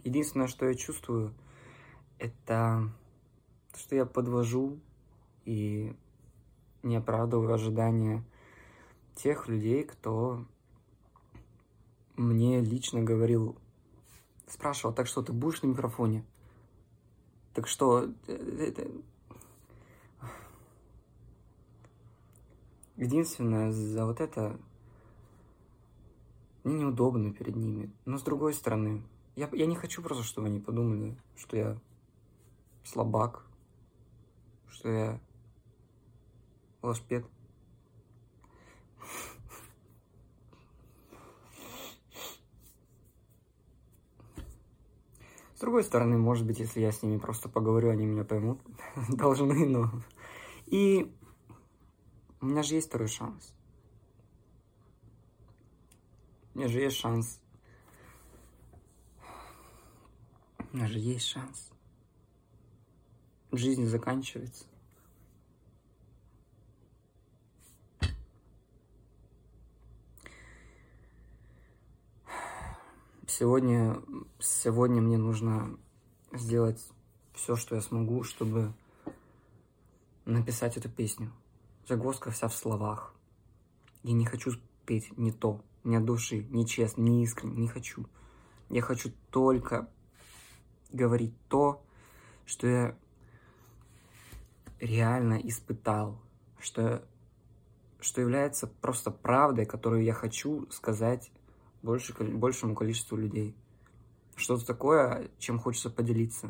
Единственное, что я чувствую, это то, что я подвожу и не оправдываю ожидания тех людей, кто мне лично говорил, спрашивал: так что, ты будешь на микрофоне? Так что... Единственное, за вот это мне неудобно перед ними. Но с другой стороны, я не хочу просто, чтобы они подумали, что я слабак, что я лошпед. С другой стороны, может быть, если я с ними просто поговорю, они меня поймут. Должны, но... И у меня же есть второй шанс. У меня же есть шанс. У меня же есть шанс. Жизнь заканчивается. Сегодня мне нужно сделать все, что я смогу, чтобы написать эту песню. Загвоздка вся в словах. Я не хочу петь не то, ни от души, ни честно, ни искренне, не хочу. Я хочу только говорить то, что я реально испытал, что является просто правдой, которую я хочу сказать большему количеству людей. Что-то такое, чем хочется поделиться.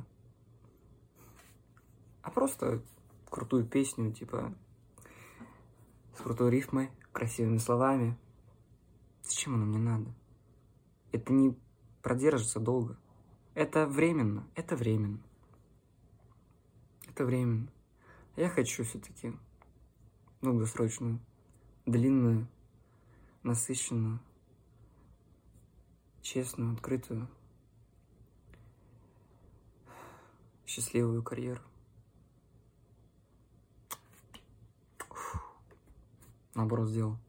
А просто крутую песню, типа, с крутой рифмой, красивыми словами. Зачем оно мне надо? Это не продержится долго. Это временно, это временно. Это временно. Я хочу все-таки долгосрочную, длинную, насыщенную, честную, открытую, счастливую карьеру. Наоборот сделал.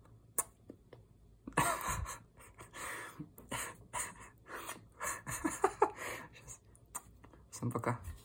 Всем пока.